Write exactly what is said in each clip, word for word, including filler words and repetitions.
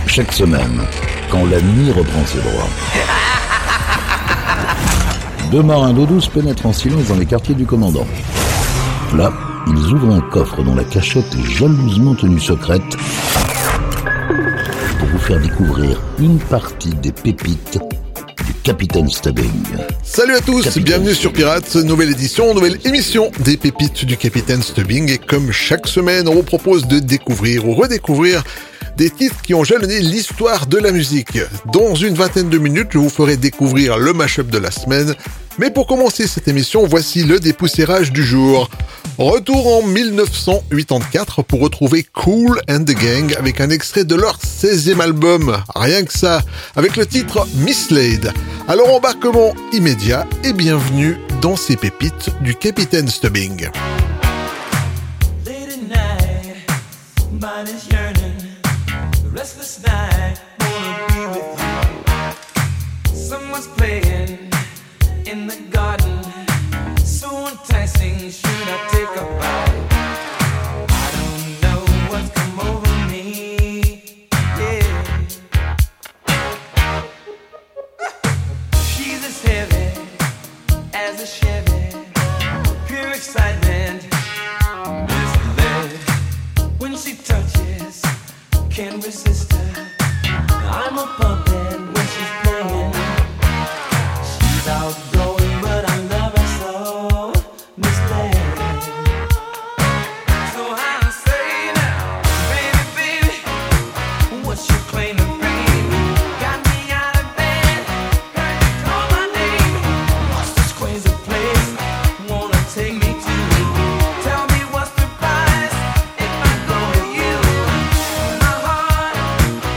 Chaque semaine, quand la nuit reprend ses droits. Deux marins d'eau douce pénètrent en silence dans les quartiers du commandant. Là, ils ouvrent un coffre dont la cachette est jalousement tenue secrète pour vous faire découvrir une partie des pépites du Capitaine Stubbing. Salut à tous, Capitaine bienvenue Stubbing. sur Pirates, nouvelle édition, nouvelle émission des pépites du Capitaine Stubbing. Et comme chaque semaine, on vous propose de découvrir ou redécouvrir des titres qui ont jalonné l'histoire de la musique. Dans une vingtaine de minutes, je vous ferai découvrir le mash-up de la semaine. Mais pour commencer cette émission, voici le dépoussiérage du jour. Retour en dix-neuf cent quatre-vingt-quatre pour retrouver Kool and the Gang avec un extrait de leur seizième album. Rien que ça, avec le titre Mislaid. Alors embarquement immédiat et bienvenue dans ces pépites du Capitaine Stubbing. Late at night, mind is yearning. Restless night, wanna be with you. Someone's playing in the garden, so enticing. Should I take a bite? I don't know what's come over me. Yeah, she's as heavy as a Chevy, pure excitement. Misled when she touches. Can't resist her. I'm a puppet when she's playing. She's outgoing, but I love her so. Misled. So I say now, baby, baby, what's your claim to fame? Got me out of bed, heard you call my name. What's this crazy place? Wanna take me to? Tell me what's the price if I go with you? My heart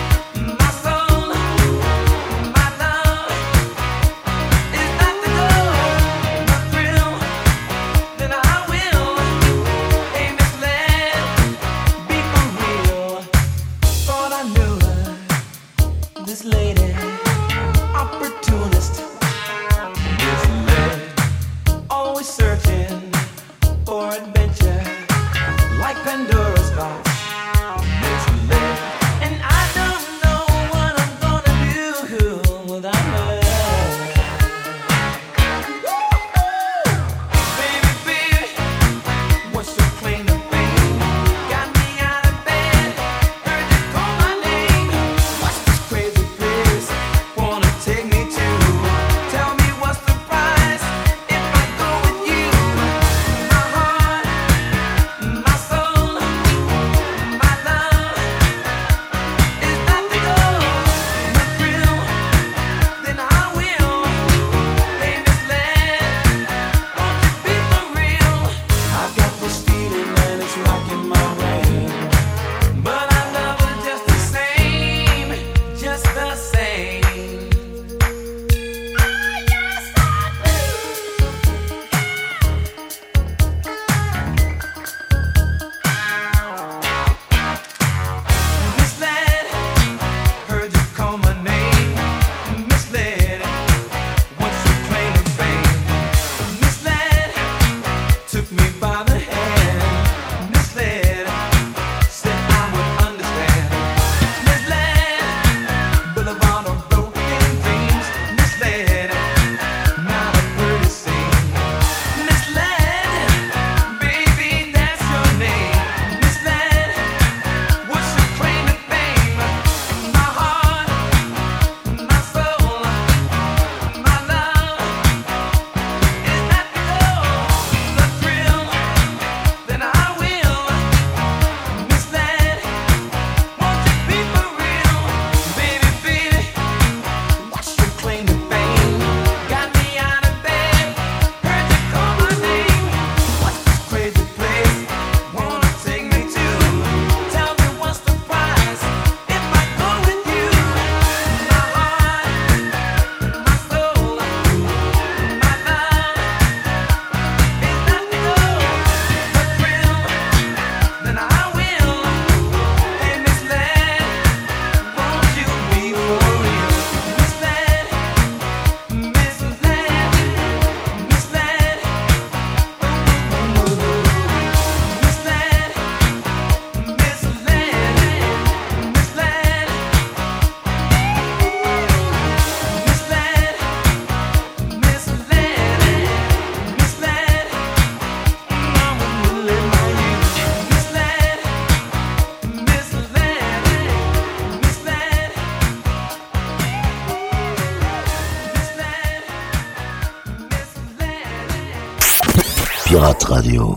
Pirate Radio.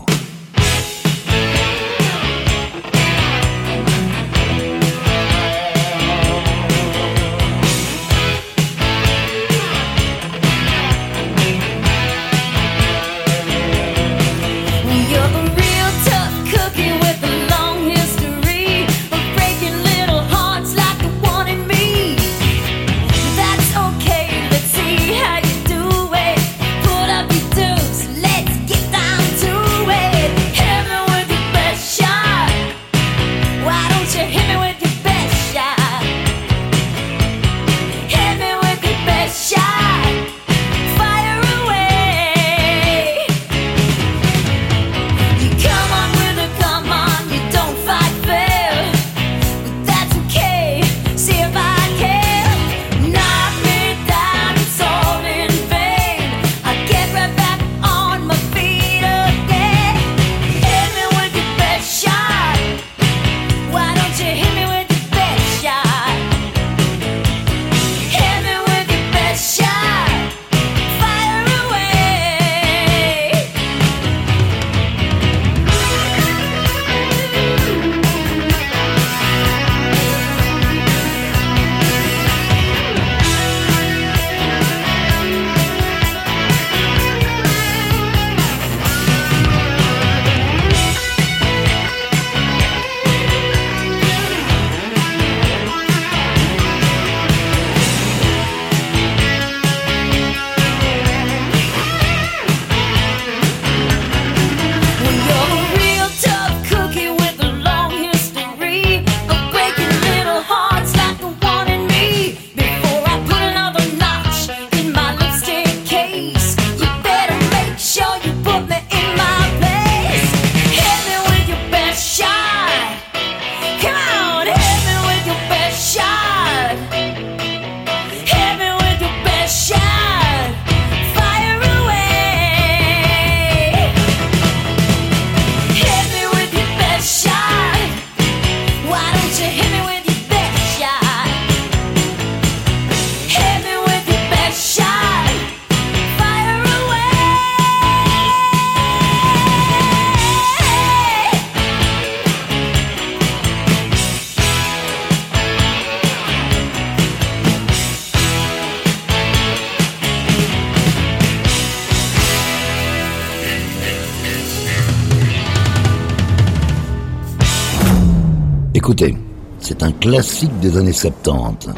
Écoutez, c'est un classique des années soixante-dix.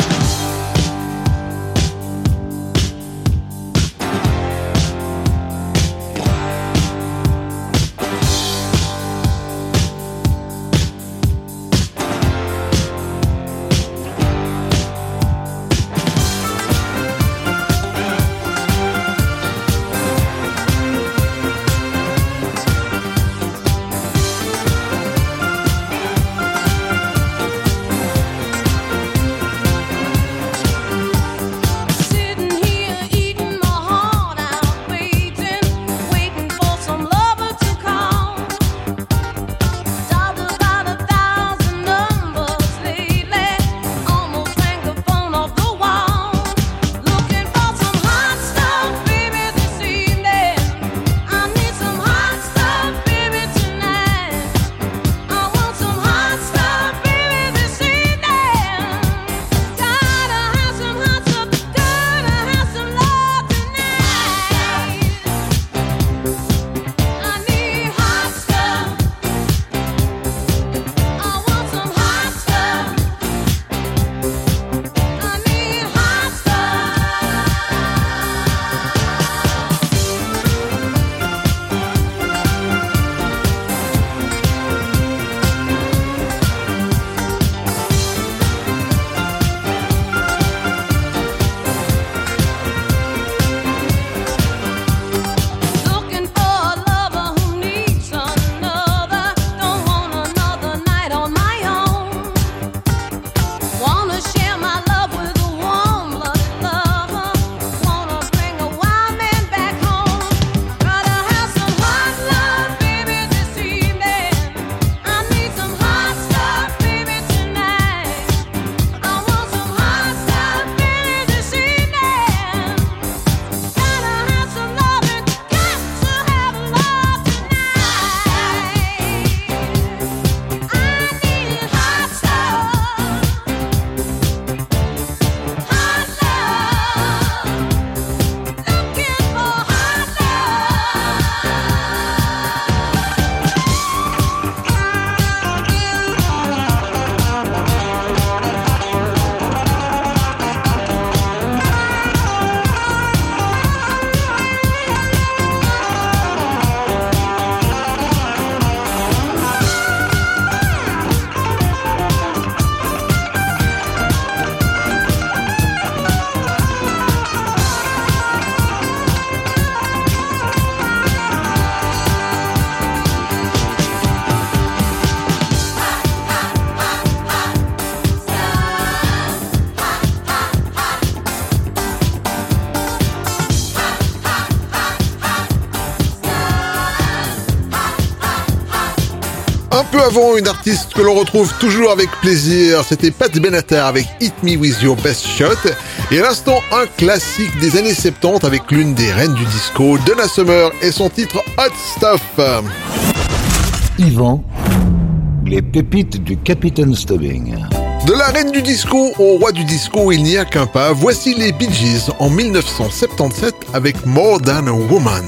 Un peu avant, une artiste que l'on retrouve toujours avec plaisir, c'était Pat Benatar avec Hit Me With Your Best Shot. Et à l'instant, un classique des années soixante-dix avec l'une des reines du disco, Donna Summer, et son titre Hot Stuff. Yvan, les pépites du Capitaine Stubbing. De la reine du disco au roi du disco, il n'y a qu'un pas. Voici les Bee Gees en dix-neuf cent soixante-dix-sept avec More Than a Woman.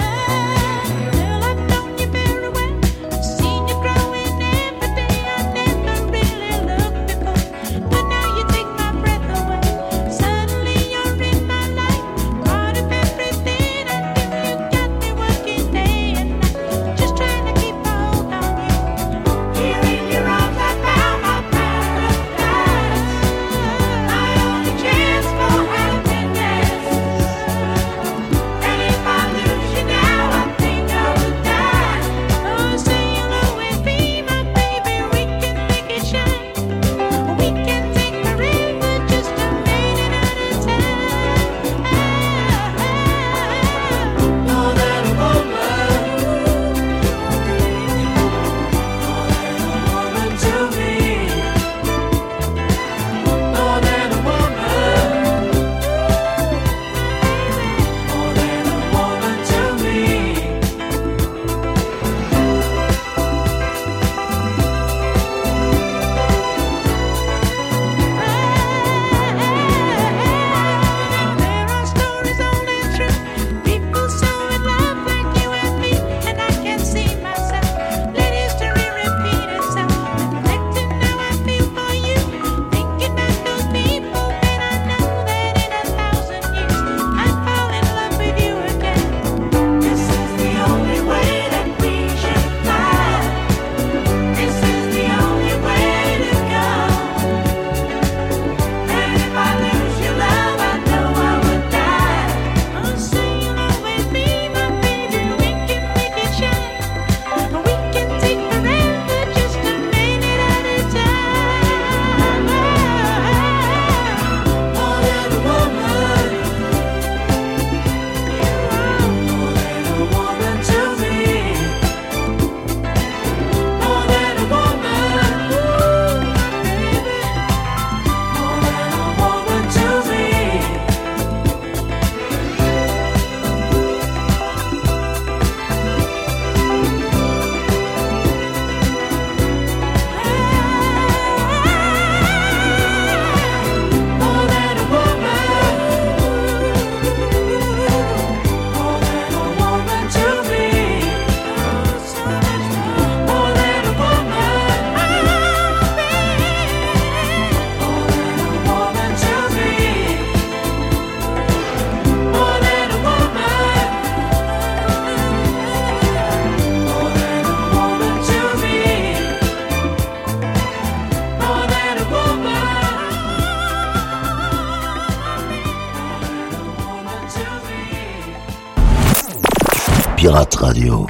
Pirate Radio.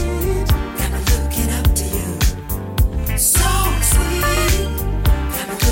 So sweet,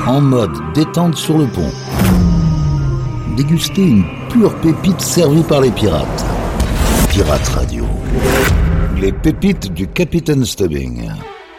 en mode détente sur le pont. Dégustez une pure pépite servie par les pirates. Pirate Radio. Les pépites du Capitaine Stubbing.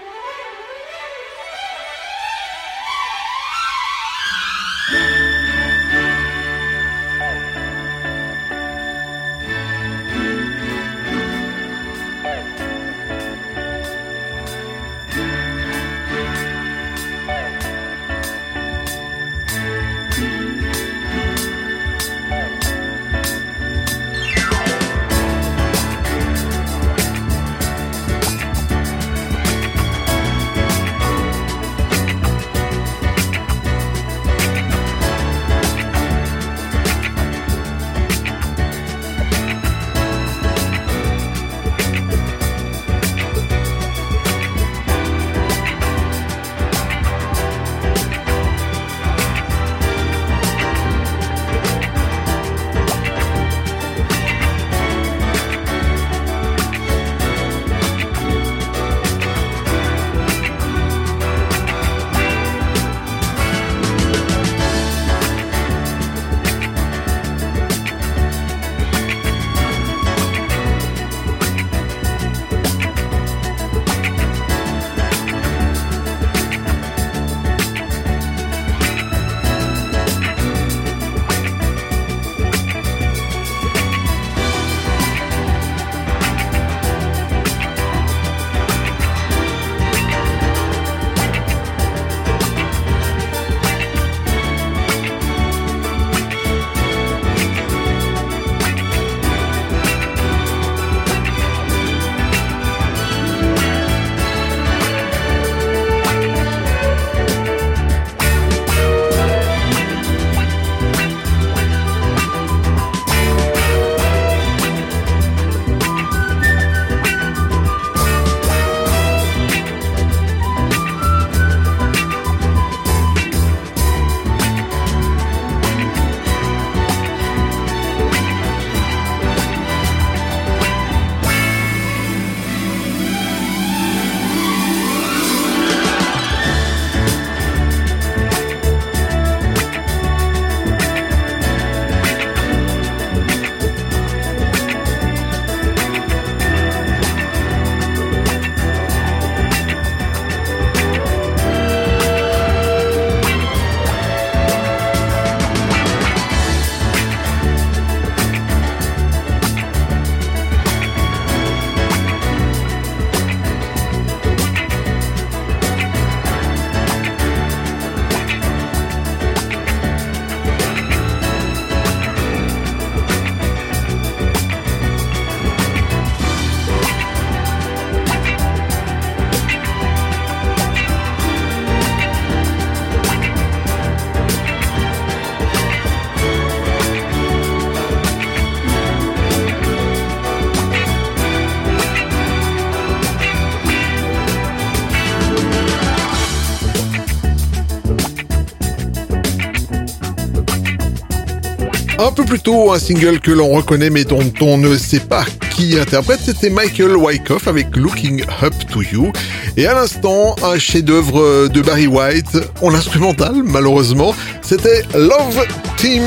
Un peu plus tôt, un single que l'on reconnaît mais dont on ne sait pas qui interprète, c'était Michael Wyckoff avec Looking Up to You. Et à l'instant, un chef-d'œuvre de Barry White, en instrumental malheureusement, c'était Love Team.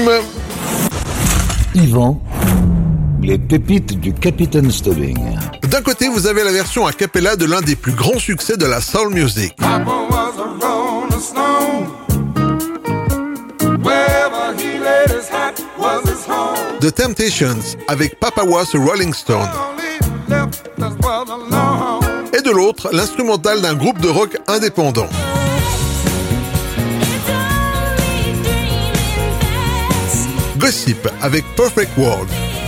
Yvan, les pépites du Capitaine Stubbing. D'un côté, vous avez la version a cappella de l'un des plus grands succès de la soul music. Papa was a rolling stone. Wherever he laid his hat was his home. The Temptations avec Papa Was a Rolling Stone. Et de l'autre, l'instrumental d'un groupe de rock indépendant. Gossip avec Perfect World.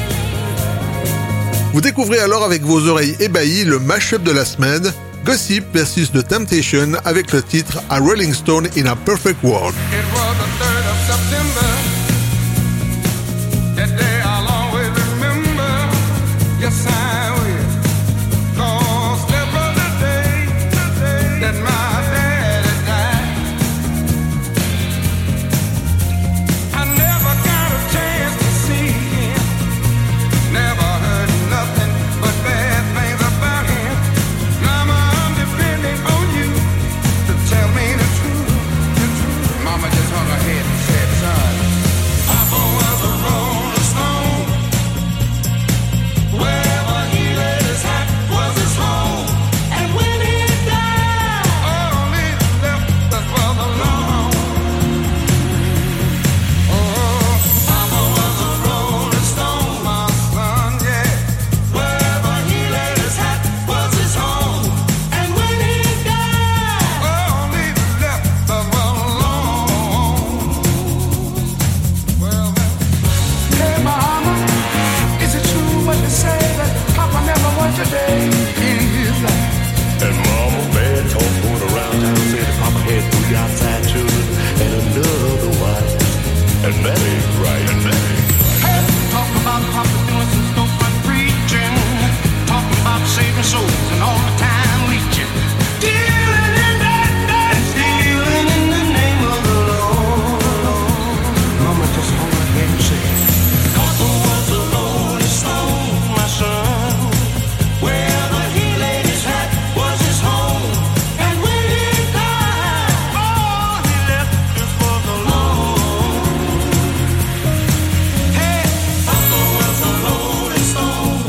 Vous découvrez alors avec vos oreilles ébahies le mash-up de la semaine, Gossip versus The Temptation avec le titre A Rolling Stone in a Perfect World. It was the third of September. That day I'll always remember. Yes, I will. 'Cause that was the day, the day that my daddy died. I never got a chance to see him. Never heard nothing but bad things about him. Mama, I'm depending on you to tell me the truth, the truth. My in his life. And Mama Bear told going around town, said that Papa had three outside children and another wife. And that ain't right, and that ain't right. Hey, talking about Papa doing some storefront preaching, talking about saving souls and all the time leeching, dealing in that, that, stealing in the name of the Lord. Mama just hold her head and say, Papa was a lonely stone, my son. Wherever he laid his hat was his home. And when he died, all he left this was alone. Hey, Papa was a lonely stone.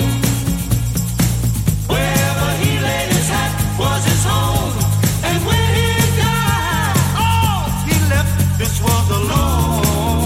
Wherever he laid his hat was his home. And when he died, all he left this was alone.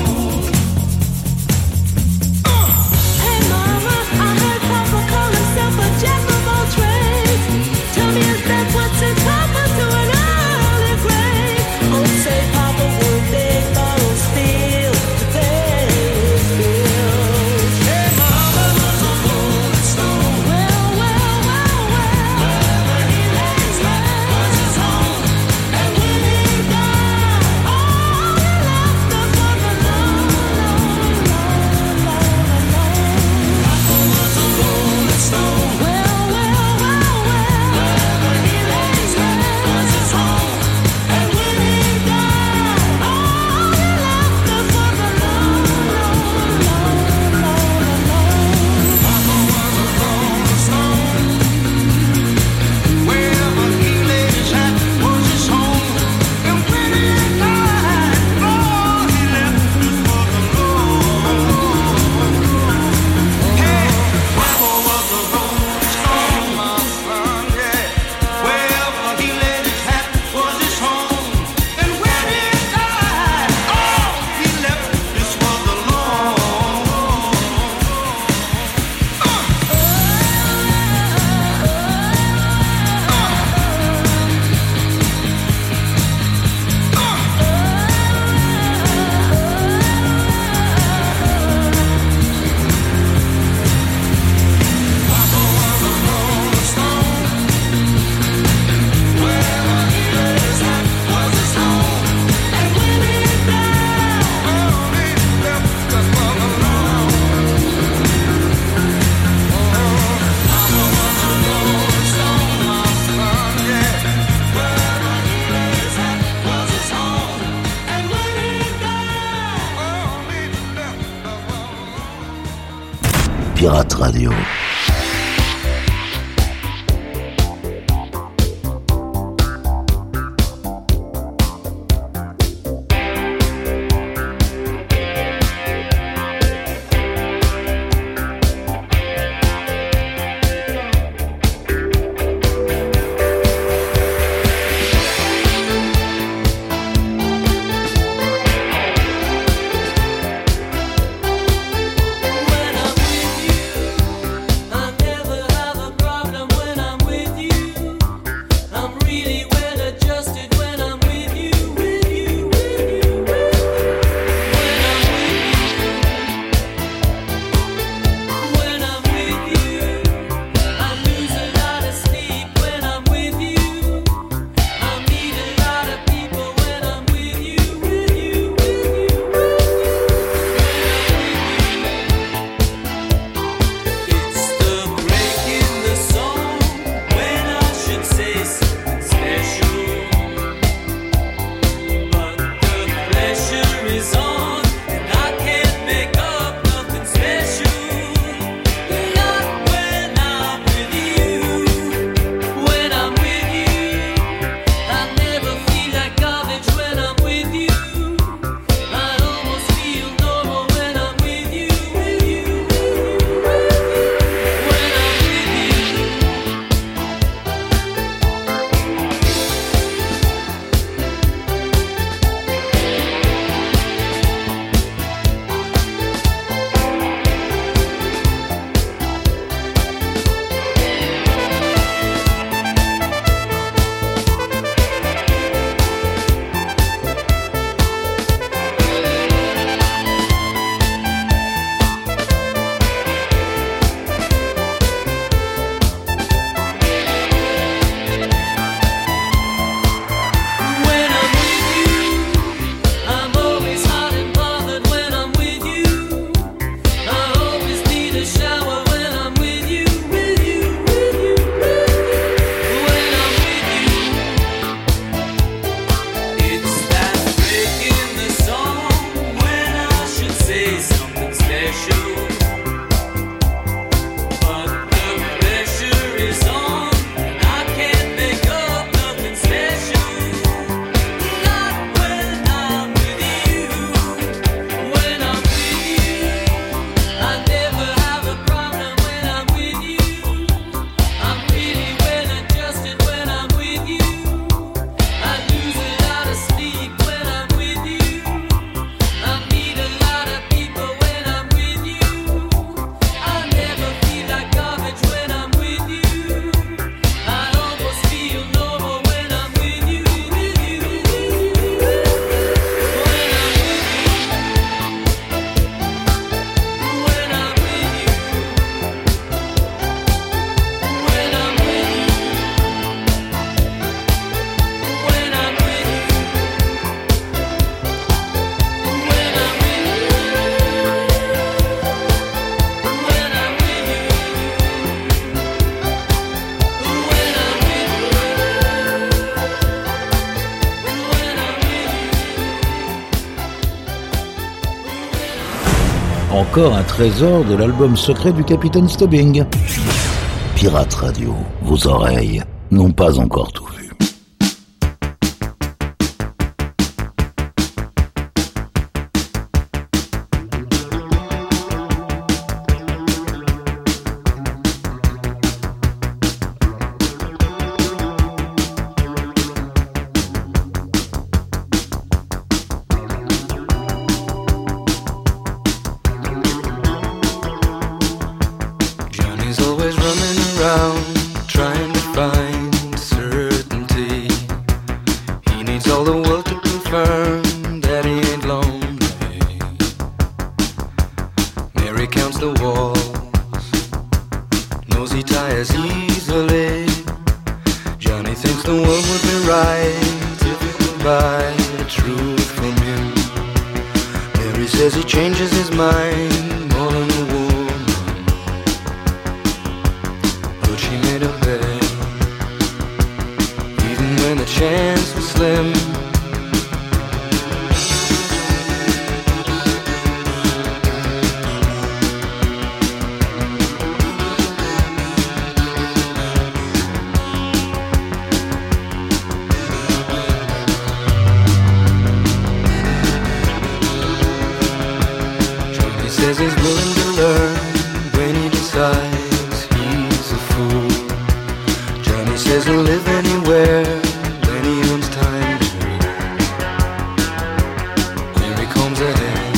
Hey mama, I heard Papa call himself a jack of all trades. Tell me if that's what's in Papa to an early grave. Oh, say Papa would beg, borrow, steal to pay his bills. Hey, Mama was a rolling stone. Well, well, well, well. Wherever he laid his hat was his home. And when he died, all he left us was alone, alone, alone, alone. Papa was a rolling stone. Well, well, well, well. Wherever he laid his hat was his home. And when he died, all he left us was alone, alone, alone, alone. Papa was a rolling stone. Wherever he laid his hat was his home. And when he died, all he left us was alone. Hey, Papa was a rolling stone, my son, yeah. Wherever he laid his hat was his home. And when he died, all he left us was alone. Papa was a rolling stone. Wherever he laid his hat was his home. And when he died, all he left us was alone. Papa was a rolling stone, my son, yeah. Wherever he laid his hat was his home. And when he died, all he left us was alone. Pirate Radio. When I'm with you, encore un trésor de l'album secret du Capitaine Stubbing. Pirate Radio, vos oreilles n'ont pas encore tout vu. Johnny's always running around trying to find certainty. He needs all the world to confirm that he ain't lonely. Mary counts the walls, knows he tires easily. Johnny thinks the world would be right if he could buy the truth from him. Mary says he changes his mind more than a woman. She made a bet, even when the chance was slim. Johnny says he's willing to learn when he decides he's a fool. Johnny says he'll live anywhere when he owns time to. Here he comes ahead,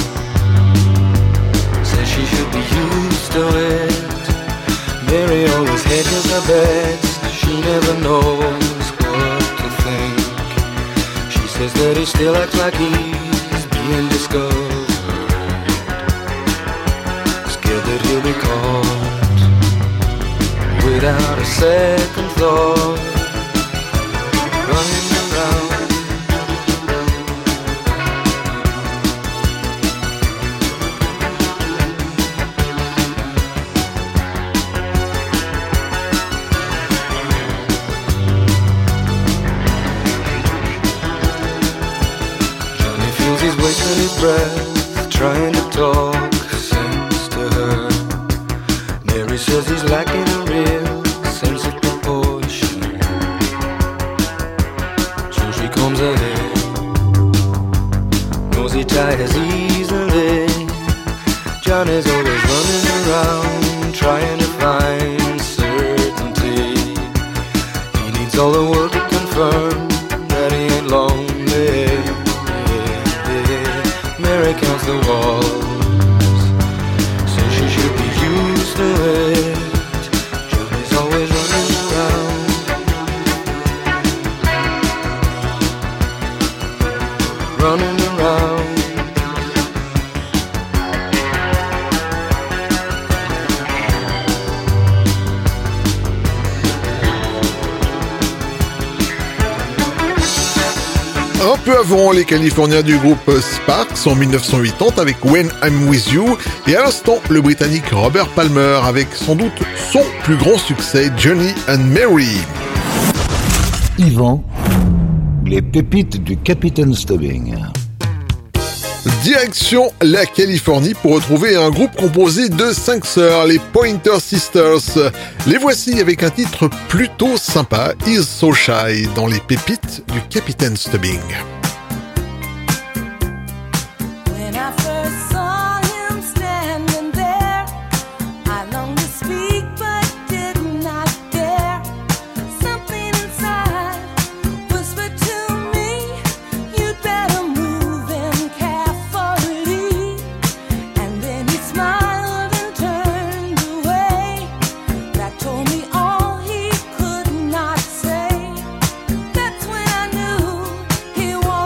says she should be used to it. Mary always hedges her bets, she never knows what to think. She says that he still acts like he's being discovered, scared that he'll be caught without a second thought, running around. Johnny feels he's wasting his breath trying to talk sense to her. Mary says he's lacking a real sense of proportion. So she comes ahead, knows he tires easily. Johnny's always running around trying to find certainty. He needs all the world to confirm that he ain't lonely. Mary counts the walls, says she should be used to it. Johnny's always running around, running around. Un peu avant, les Californiens du groupe Sparks en dix-neuf cent quatre-vingt-dix avec When I'm With You, et à l'instant, le Britannique Robert Palmer avec sans doute son plus grand succès, Johnny and Mary. Yvan, les pépites du Capitaine Stubbing. Direction la Californie pour retrouver un groupe composé de cinq sœurs, les Pointer Sisters. Les voici avec un titre plutôt sympa, He's So Shy, dans les pépites du Capitaine Stubbing. When I first saw him standing there, I longed to speak but did not dare. Something inside whispered to me, you'd better move in carefully. And then he smiled and turned away. That told me all he could not say. That's when I knew he was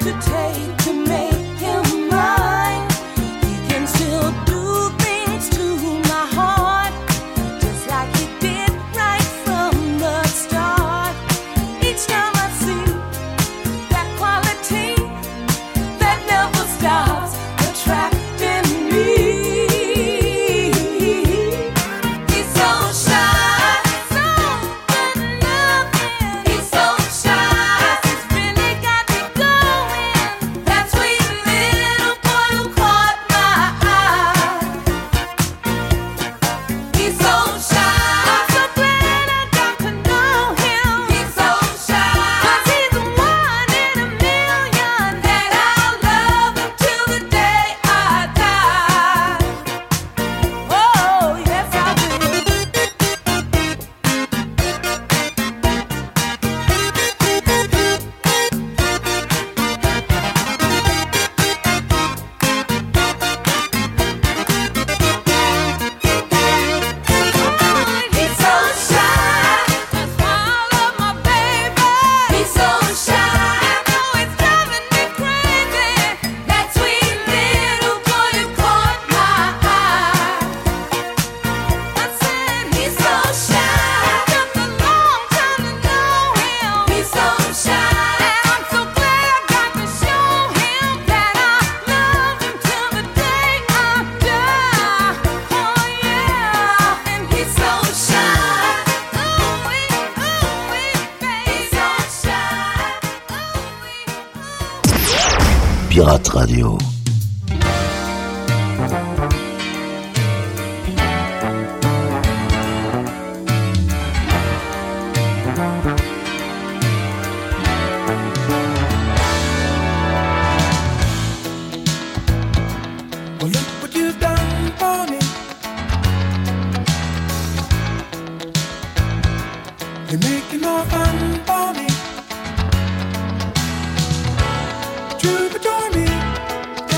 to take to make him mine. He can still do things to my heart, just like he did right from the start. Each time I see that quality that never stops attracting me. He's so shy, so good looking. He's so shy, he's really got me going. That sweet little boy who caught my eye. He's so shy, I'm so glad I got to know him. He's so shy, 'cause he's the one in a million, and I'll love him till the day I die. Oh, yes I will. He's so shy, that's why I love my baby. He's so shy, I know it's driving me crazy. That sweet little boy who caught my eye. I said he's so shy, took a long time to know him. He's so shy, and I'm so glad I got to show him that I love him till the day I die. Oh yeah, and he's so shy. Ooh wee, ooh wee, baby, so shy. Ooh wee, ooh. Pirate Radio. Well, look what you've done for me. You're making more fun for me. Troubadour me,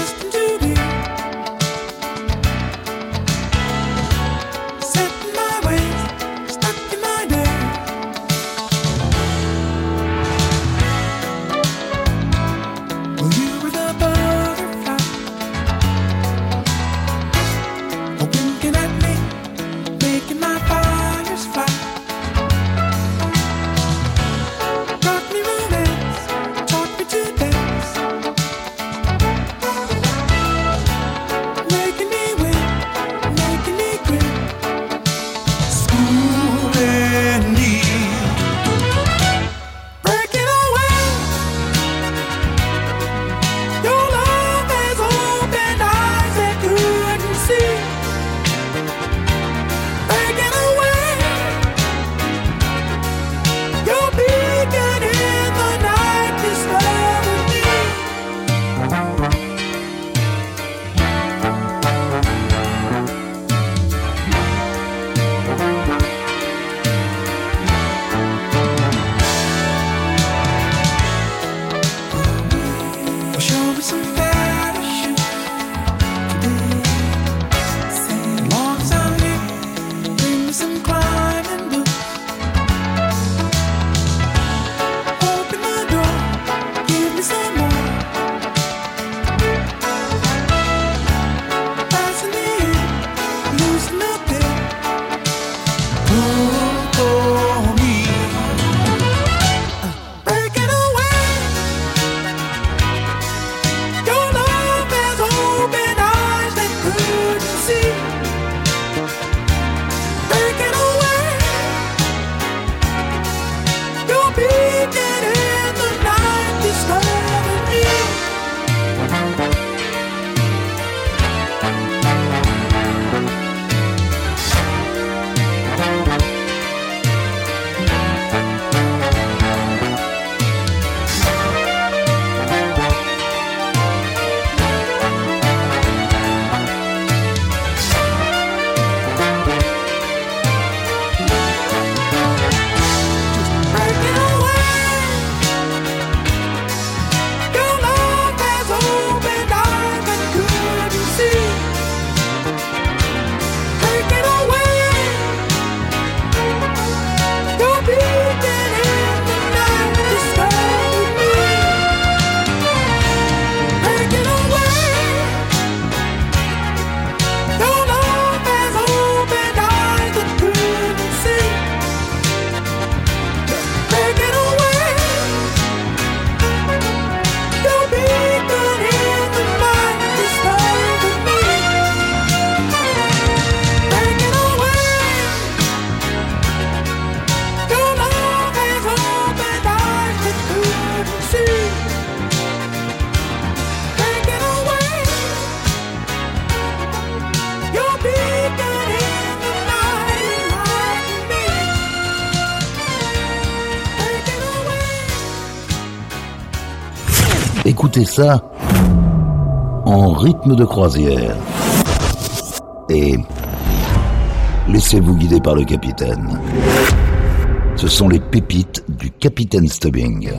Écoutez ça en rythme de croisière. Et laissez-vous guider par le capitaine. Ce sont les pépites du Capitaine Stubbing.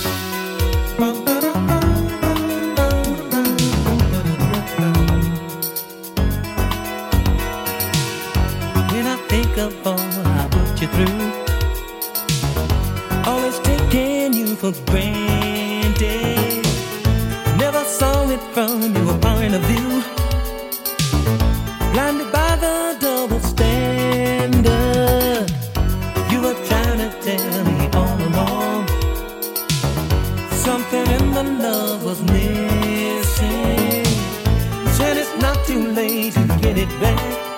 When I think of all I put you through, always taking you for granted, never saw it from your point of view, blinded by the double standard. You were trying to tell me all along, something in the love was missing. Said it's not too late to get it back,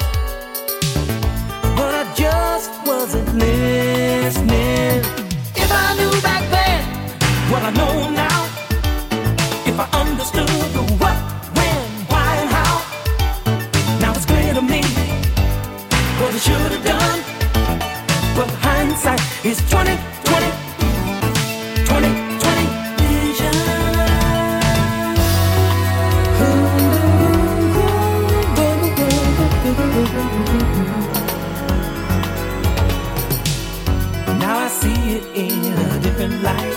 but I just wasn't listening. If I knew back then what I know now, if I understood the what, when, why, and how, now it's clear to me what I should have done. But hindsight is twenty twenty, twenty twenty vision. Now I see it in a different light.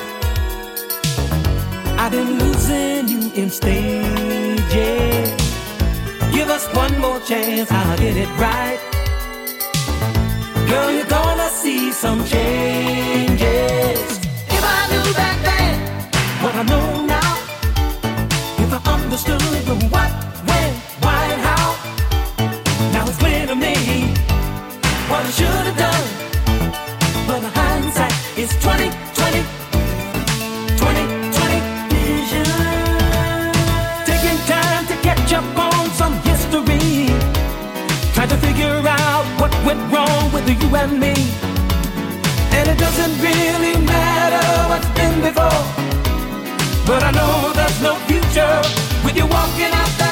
I've been losing you in stages. Give us one more chance, I'll get it right. Girl, you're gonna see some changes. If I knew back then what I know now, if I understood the what, when, why, and how, now it's clear to me what I should have done. But the hindsight is twenty twenty, twenty twenty vision. Taking time to catch up on some history, trying to figure out what went wrong with you and me. And it doesn't really matter what's been before, but I know there's no future with you walking out that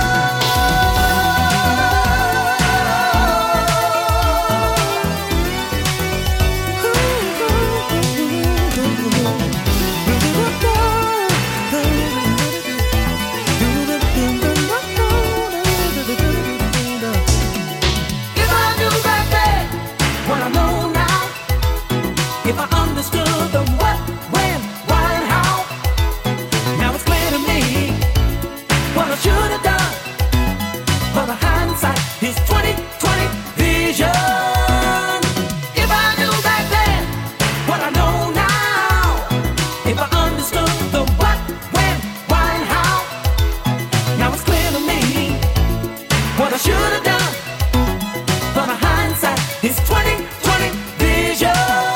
if I understood the what, when, why, and how, now it's clear to me what I should have done. But the hindsight is twenty twenty vision. If I knew back then what I know now, if I understood the what, when, why, and how, now it's clear to me what I should have done. But the hindsight is twenty twenty vision.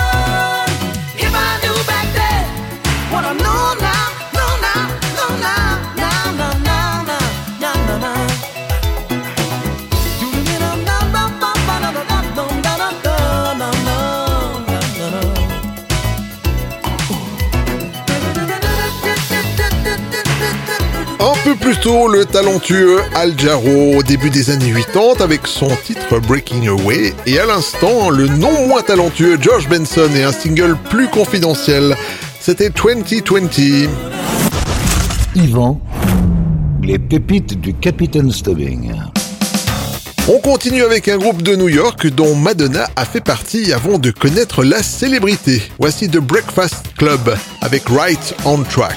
What I know now, know now, know now, now, now, now, now, now, now, Un peu plus tôt, le talentueux Al Jarreau au début des années quatre-vingt-dix avec son titre Breaking Away, et à l'instant, le non moins talentueux George Benson et un single plus confidentiel. C'était vingt vingt. Yvan, les pépites du Capitaine Stubbing. On continue avec un groupe de New York dont Madonna a fait partie avant de connaître la célébrité. Voici The Breakfast Club avec Right on Track.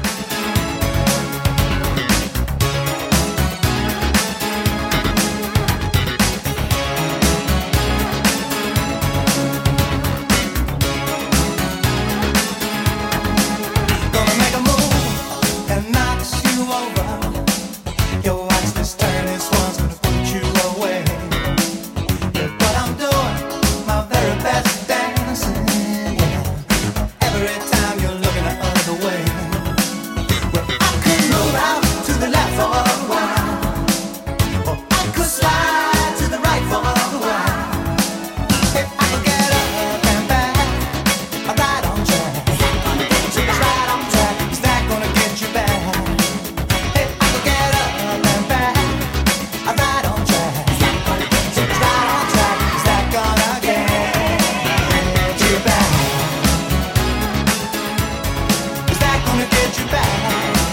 Gonna make a move that knocks you over. Your watch this turn, this one's gonna put you away. Look what I'm doing, my very best dancing. Yeah. Every time you're looking the other way. Well, I could move out to the left for a while, or I could slide to the right for a while. If I could get up and back, I'm right on track. Right on track, is that gonna get you back? If I could get up and back, I'm right on track. Right on track, is that gonna get you back? Is that gonna get you back?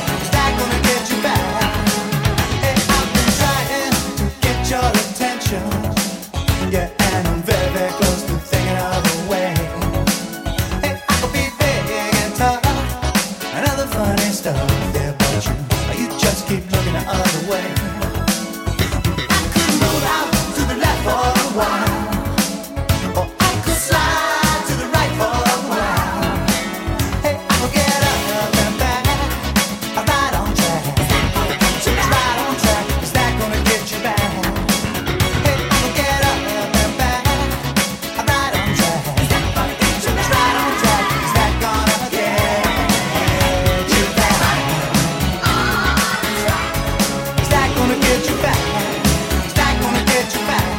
stuff, yeah, but you, you just keep looking the other way. I could move out to the left for a while, or I could slide to the right for a while. Hey, I will get up and back, I'm right on track. So it's right on track, is that gonna get you back? Hey, I will get up and back, I'm right on track. So it's right on track, is that gonna get you back? Is that gonna get you back? Is that gonna get you back?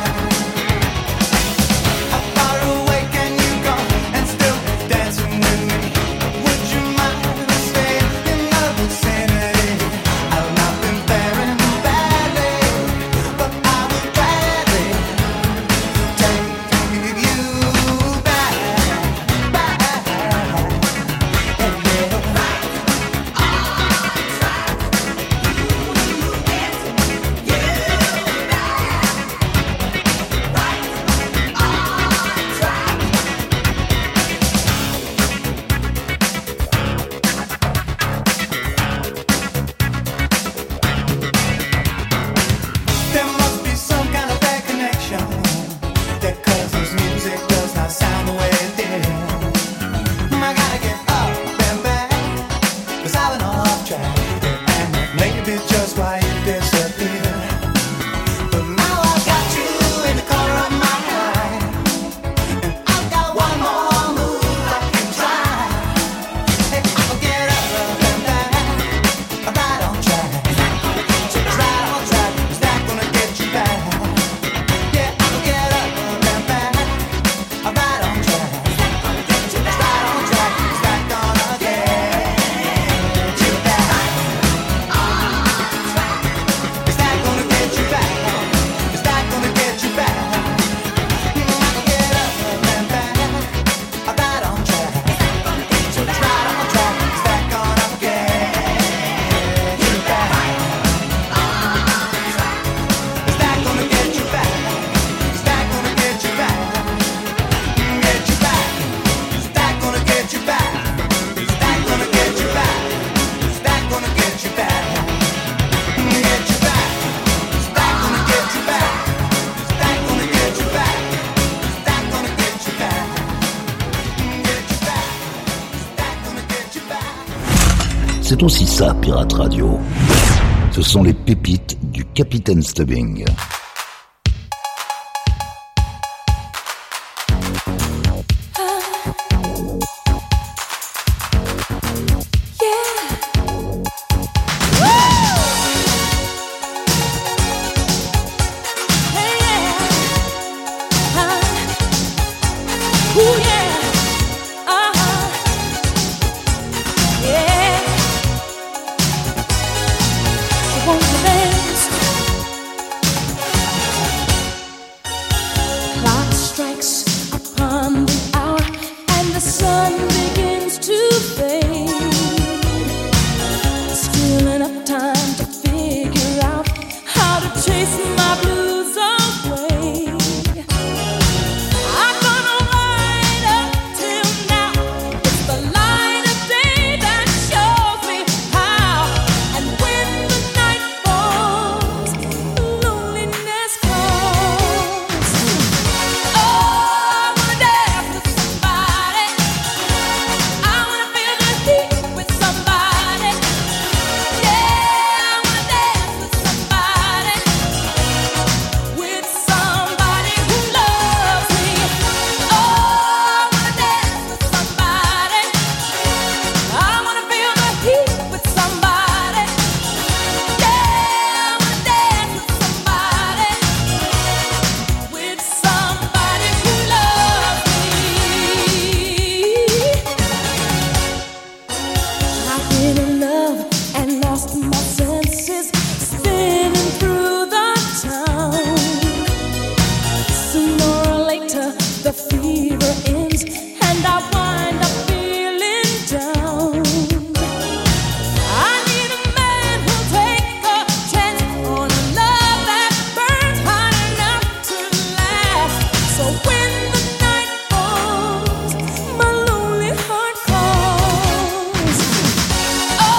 How far away can you go and still be dancing with me? Would you mind staying in my vicinity? I've not been faring badly, but I would gladly take you back, back. There must be some kind of bad connection that causes music does not sound the way it did. I gotta get up and back, 'cause I've been off track, and maybe just why you disappeared. But now I've got you in the corner of my eye, and I've got one more move I can try. Hey, I'll get up and back, I'm right on track. So it's right on track, is that gonna get you back? Yeah, I'll get up and back, I'm right on track. So it's right on track, is that gonna get you back? Is that gonna get you back? Is that gonna get you back? I'll get up and back, I'm right on track. So it's right on track, is that gonna get you back? Is that gonna get you back? Is that gonna get you back? Get you back? Is that gonna get you back? Is that gonna get you back? Is that gonna get you back? Get you back? Is that gonna get you back? Is that gonna get you back? Is that gonna get you back? Get you back? Is that gonna get you back? C'est aussi ça, Pirate Radio. Ce sont les pépites du Capitaine Stubbing. Clock strikes upon the hour and the sun begins to fade. Still enough time to figure out how to chase my blues away. I'm gonna ride up till now. It's the light of day that shows me how. And when the night falls, loneliness calls. Oh, I wanna dance with somebody. I wanna feel the heat with somebody. Yeah, I wanna dance with somebody. With somebody who loves me. Oh, I wanna dance with somebody. I wanna feel the heat with somebody. Yeah, I wanna dance with somebody. With somebody who loves me. I've been in love and lost my senses, spinning through the town. Sooner or later, the fever ends, and I wind up feeling down. I need a man who'll take a chance on a love that burns hot enough to last. So when the night falls, my lonely heart calls. Oh,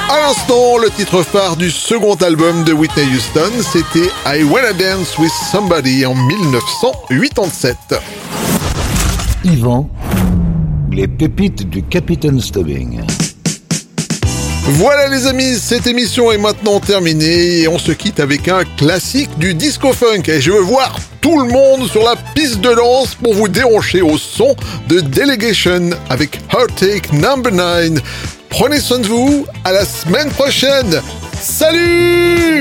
À l'instant, le titre phare du second album de Whitney Houston, c'était I Wanna Dance With Somebody en dix-neuf cent quatre-vingt-dix-sept. Yvan, les pépites du Capitaine Stubbing. Voilà les amis, cette émission est maintenant terminée et on se quitte avec un classique du disco funk. Et je veux voir tout le monde sur la piste de danse pour vous déhancher au son de Delegation avec Heartache number nine. Prenez soin de vous, à la semaine prochaine. Salut!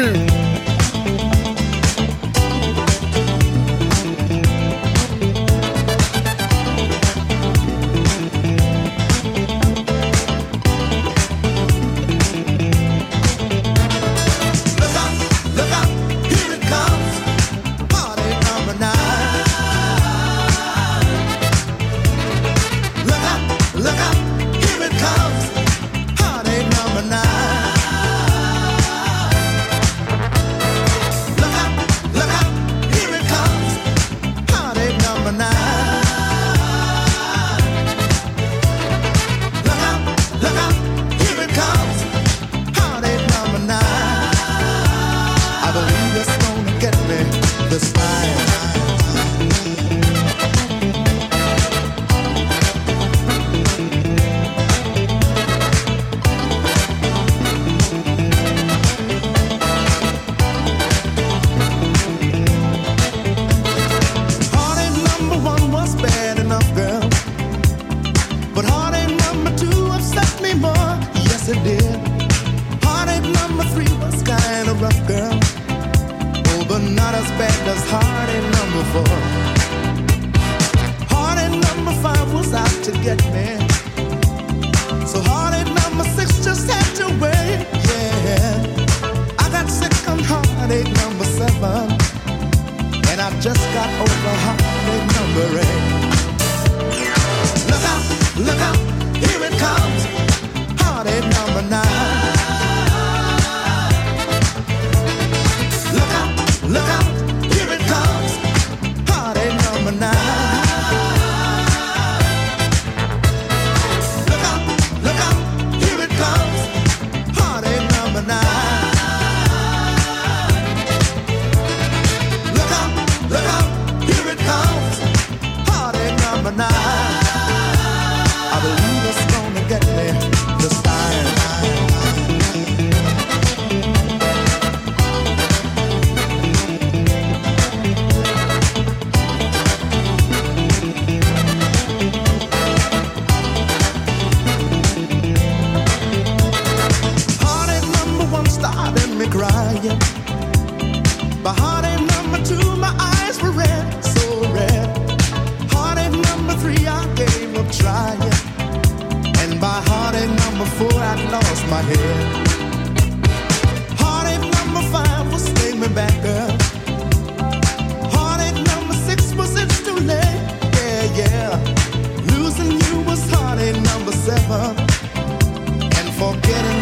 Forgetting